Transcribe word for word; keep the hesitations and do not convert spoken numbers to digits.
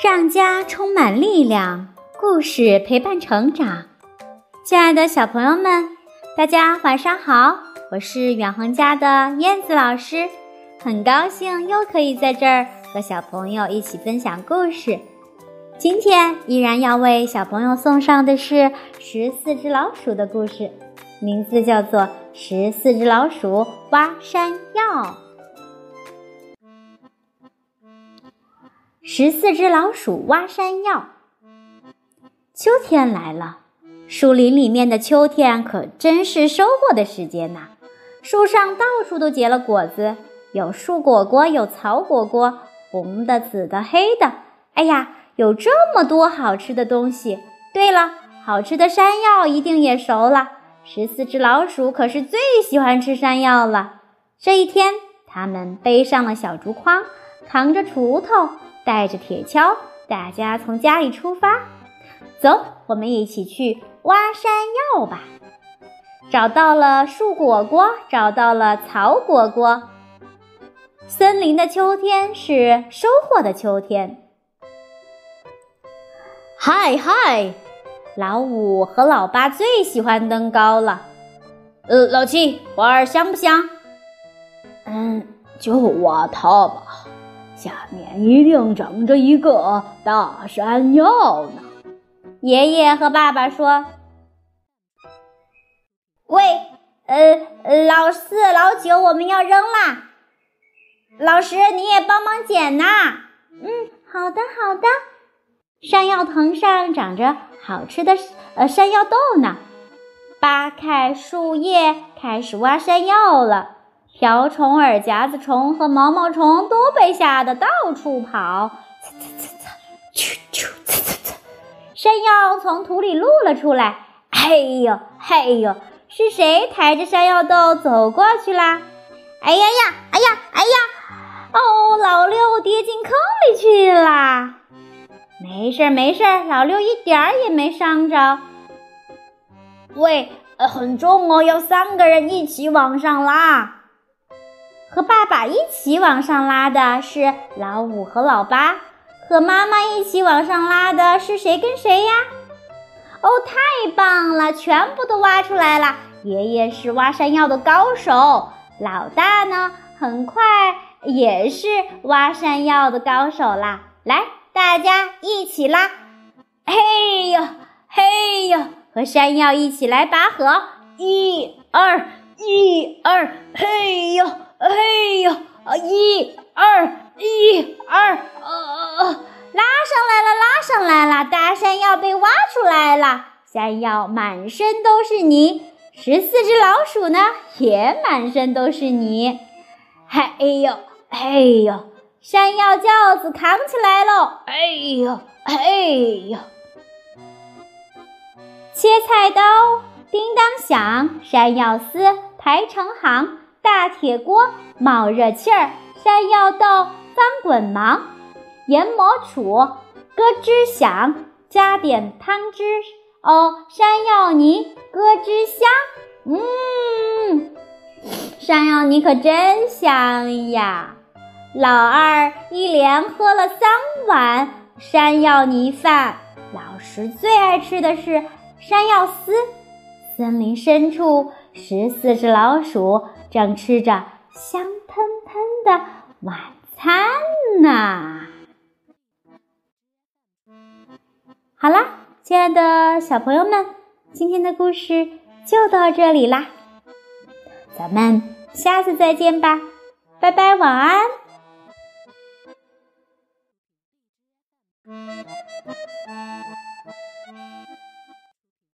让家充满力量，故事陪伴成长。亲爱的小朋友们，大家晚上好，我是远恒家的燕子老师，很高兴又可以在这儿和小朋友一起分享故事。今天依然要为小朋友送上的是十四只老鼠的故事，名字叫做十四只老鼠挖山药。十四只老鼠挖山药。秋天来了，树林里面的秋天可真是收获的时间呐！树上到处都结了果子，有树果果，有草果果，红的、紫的、黑的。哎呀，有这么多好吃的东西！对了，好吃的山药一定也熟了。十四只老鼠可是最喜欢吃山药了。这一天，它们背上了小竹筐，扛着锄头，带着铁锹，大家从家里出发。走，我们一起去挖山药吧。找到了树果果，找到了草果果。森林的秋天是收获的秋天。嗨嗨，老五和老八最喜欢登高了。呃，老七，花儿香不香？ 嗯，就挖它吧，下面一定长着一个大山药呢。 爷爷和爸爸说。喂，呃，老四、老九，我们要扔啦。老十，你也帮忙捡呐。嗯，好的，好的。山药藤上长着好吃的呃山药豆呢。扒开树叶，开始挖山药了。瓢虫、耳夹子虫和毛毛虫都被吓得到处跑，呲呲呲呲，啾啾呲呲呲。山药从土里露了出来。嘿呦嘿呦，是谁抬着山药豆走过去啦？哎呀呀，哎呀哎呀，哦，老六跌进坑里去啦！没事没事，老六一点儿也没伤着。喂，呃，很重哦，要三个人一起往上拉。和爸爸一起往上拉的是老五和老八，和妈妈一起往上拉的是谁跟谁呀？哦，太棒了，全部都挖出来了。爷爷是挖山药的高手，老大呢，很快也是挖山药的高手啦。来，大家一起拉，嘿呦嘿呦，和山药一起来拔河，一二一二，嘿呦嘿呦，啊，一二一二，呃，拉上来了，拉上来了，大山药被挖出来了，山药满身都是泥，十四只老鼠呢，也满身都是泥。嘿呦嘿呦，山药轿子扛起来喽！哎呦嘿呦，切菜刀叮当响，山药丝排成行，大铁锅冒热气儿，山药豆翻滚忙，研磨杵咯吱响，加点汤汁哦，山药泥咯吱香。嗯，山药泥可真香呀！老二一连喝了三碗山药泥饭，老十最爱吃的是山药丝。森林深处，十四只老鼠正吃着香喷喷的晚餐呢。好啦，亲爱的小朋友们，今天的故事就到这里啦，咱们下次再见吧，拜拜，晚安。